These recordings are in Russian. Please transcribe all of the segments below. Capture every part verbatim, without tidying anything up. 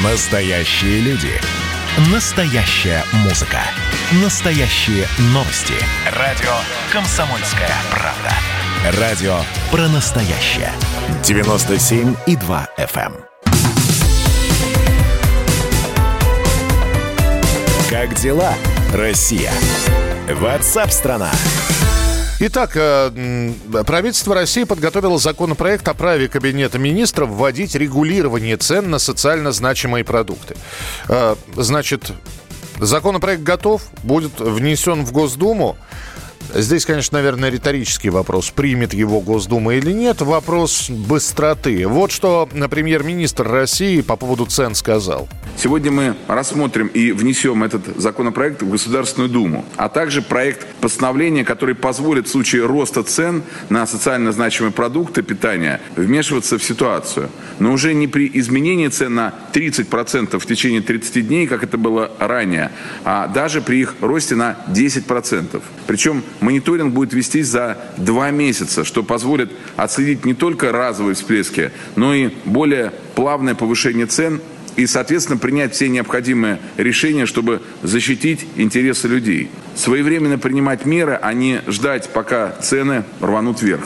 Настоящие люди. Настоящая музыка. Настоящие новости. Радио «Комсомольская правда». Радио про настоящее. девяносто семь и два эф эм. Как дела, Россия? Ватсап-страна! Итак, правительство России подготовило законопроект о праве Кабинета министров вводить регулирование цен на социально значимые продукты. Значит, законопроект готов, будет внесен в Госдуму. Здесь, конечно, наверное, риторический вопрос, примет его Госдума или нет. Вопрос быстроты. Вот что премьер-министр России по поводу цен сказал. Сегодня мы рассмотрим и внесем этот законопроект в Государственную Думу, а также проект постановления, который позволит в случае роста цен на социально значимые продукты питания вмешиваться в ситуацию. Но уже не при изменении цен на тридцать процентов в течение тридцати дней, как это было ранее, а даже при их росте на десять процентов. Причем мониторинг будет вестись за два месяца, что позволит отследить не только разовые всплески, но и более плавное повышение цен и, соответственно, принять все необходимые решения, чтобы защитить интересы людей. Своевременно принимать меры, а не ждать, пока цены рванут вверх.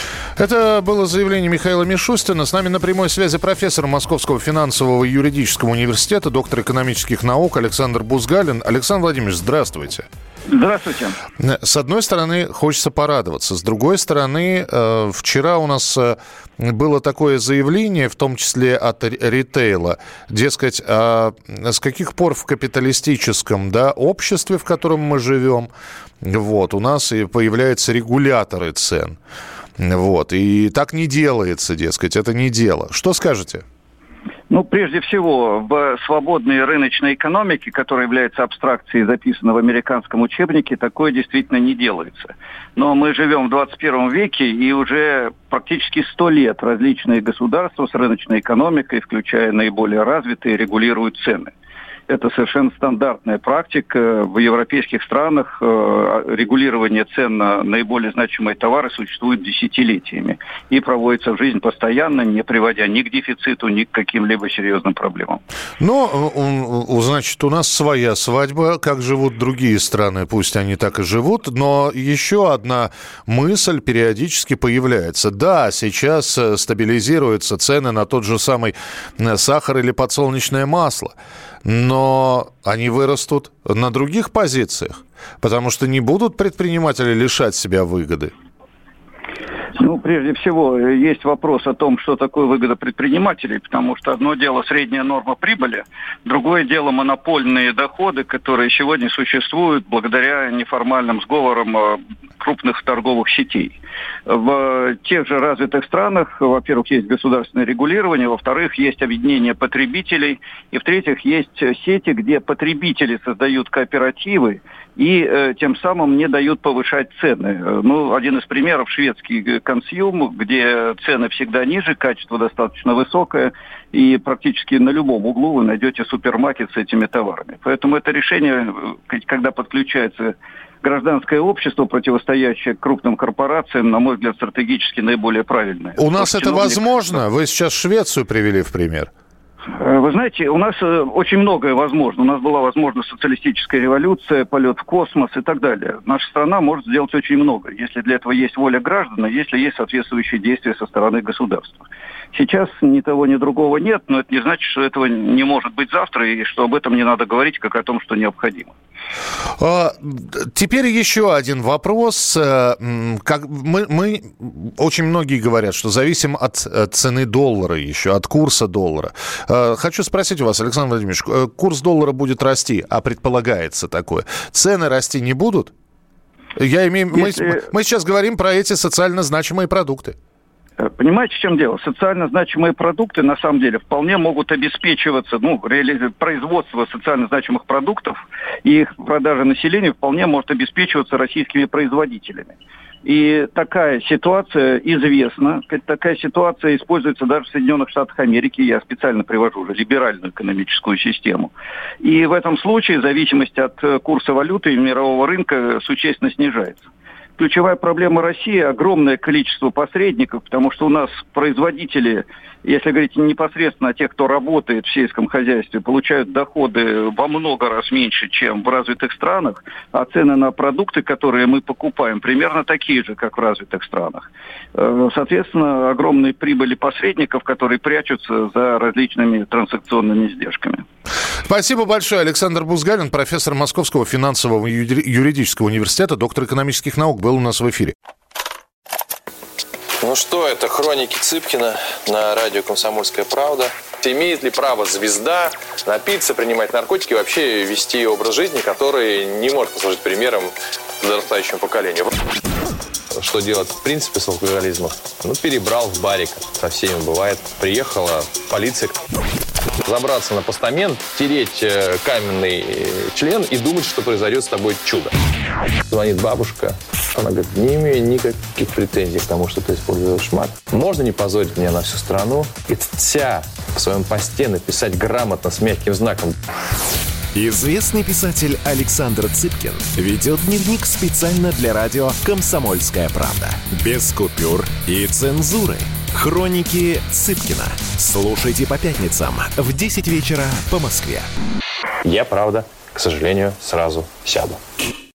Это было заявление Михаила Мишустина. С нами на прямой связи профессор Московского финансового и юридического университета, доктор экономических наук Александр Бузгалин. Александр Владимирович, здравствуйте. Здравствуйте. С одной стороны, хочется порадоваться. С другой стороны, вчера у нас было такое заявление, в том числе от ритейла, дескать, а с каких пор в капиталистическом, да, обществе, в котором мы живем, вот, у нас и появляются регуляторы цен. Вот, и так не делается, дескать, это не дело. Что скажете? Ну, прежде всего, в свободной рыночной экономике, которая является абстракцией, записанной в американском учебнике, такое действительно не делается. Но мы живем в двадцать первом веке, и уже практически сто лет различные государства с рыночной экономикой, включая наиболее развитые, регулируют цены. Это совершенно стандартная практика. В европейских странах регулирование цен на наиболее значимые товары существует десятилетиями и проводится в жизнь постоянно, не приводя ни к дефициту, ни к каким-либо серьезным проблемам. Ну, значит, у нас своя свадьба, как живут другие страны, пусть они так и живут, но еще одна мысль периодически появляется. Да, сейчас стабилизируются цены на тот же самый сахар или подсолнечное масло, но они вырастут на других позициях, потому что не будут предприниматели лишать себя выгоды. Ну, прежде всего, есть вопрос о том, что такое выгода предпринимателей, потому что одно дело средняя норма прибыли, другое дело монопольные доходы, которые сегодня существуют благодаря неформальным сговорам крупных торговых сетей. В тех же развитых странах, во-первых, есть государственное регулирование, во-вторых, есть объединение потребителей, и в-третьих, есть сети, где потребители создают кооперативы и э, тем самым не дают повышать цены. Ну, один из примеров — шведский консьюм, где цены всегда ниже, качество достаточно высокое, и практически на любом углу вы найдете супермаркет с этими товарами. Поэтому это решение, когда подключается гражданское общество, противостоящее крупным корпорациям, на мой взгляд, стратегически наиболее правильное. У нас это чиновник... возможно? Вы сейчас Швецию привели в пример. Вы знаете, у нас очень многое возможно. У нас была возможна социалистическая революция, полет в космос и так далее. Наша страна может сделать очень много, если для этого есть воля граждан, если есть соответствующие действия со стороны государства. Сейчас ни того, ни другого нет, но это не значит, что этого не может быть завтра, и что об этом не надо говорить, как о том, что необходимо. Теперь еще один вопрос. Как мы, мы, очень многие говорят, что зависим от цены доллара еще, от курса доллара. Хочу спросить у вас, Александр Владимирович, курс доллара будет расти, а предполагается такое. Цены расти не будут? Я имею, Если... мы, мы сейчас говорим про эти социально значимые продукты. Понимаете, в чем дело? Социально значимые продукты, на самом деле, вполне могут обеспечиваться, ну, реали... производство социально значимых продуктов и их продажа населению вполне может обеспечиваться российскими производителями. И такая ситуация известна, такая ситуация используется даже в Соединенных Штатах Америки, я специально привожу уже либеральную экономическую систему. И в этом случае зависимость от курса валюты и мирового рынка существенно снижается. ключевая проблема России – огромное количество посредников, потому что у нас производители, если говорить непосредственно о тех, кто работает в сельском хозяйстве, получают доходы во много раз меньше, чем в развитых странах, а цены на продукты, которые мы покупаем, примерно такие же, как в развитых странах. Соответственно, огромные прибыли посредников, которые прячутся за различными транзакционными издержками. Спасибо большое. Александр Бузгалин, профессор Московского финансового юридического университета, доктор экономических наук, был у нас в эфире. Ну что, это хроники Цыпкина на радио «Комсомольская правда». Имеет ли право звезда напиться, принимать наркотики и вообще вести образ жизни, который не может послужить примером подрастающему поколению? Что делать в принципе с алкоголизмом? Ну, перебрал в барик. Со всеми бывает. Приехала полиция. Забраться на постамент, тереть каменный член и думать, что произойдет с тобой чудо. Звонит бабушка. Она говорит, не имею никаких претензий к тому, что ты используешь мат. Можно не позорить меня на всю страну и вся в своем посте написать грамотно с мягким знаком. Известный писатель Александр Цыпкин ведет дневник специально для радио «Комсомольская правда». Без купюр и цензуры. Хроники Цыпкина. Слушайте по пятницам в десять вечера по Москве. Я, правда, к сожалению, сразу сяду.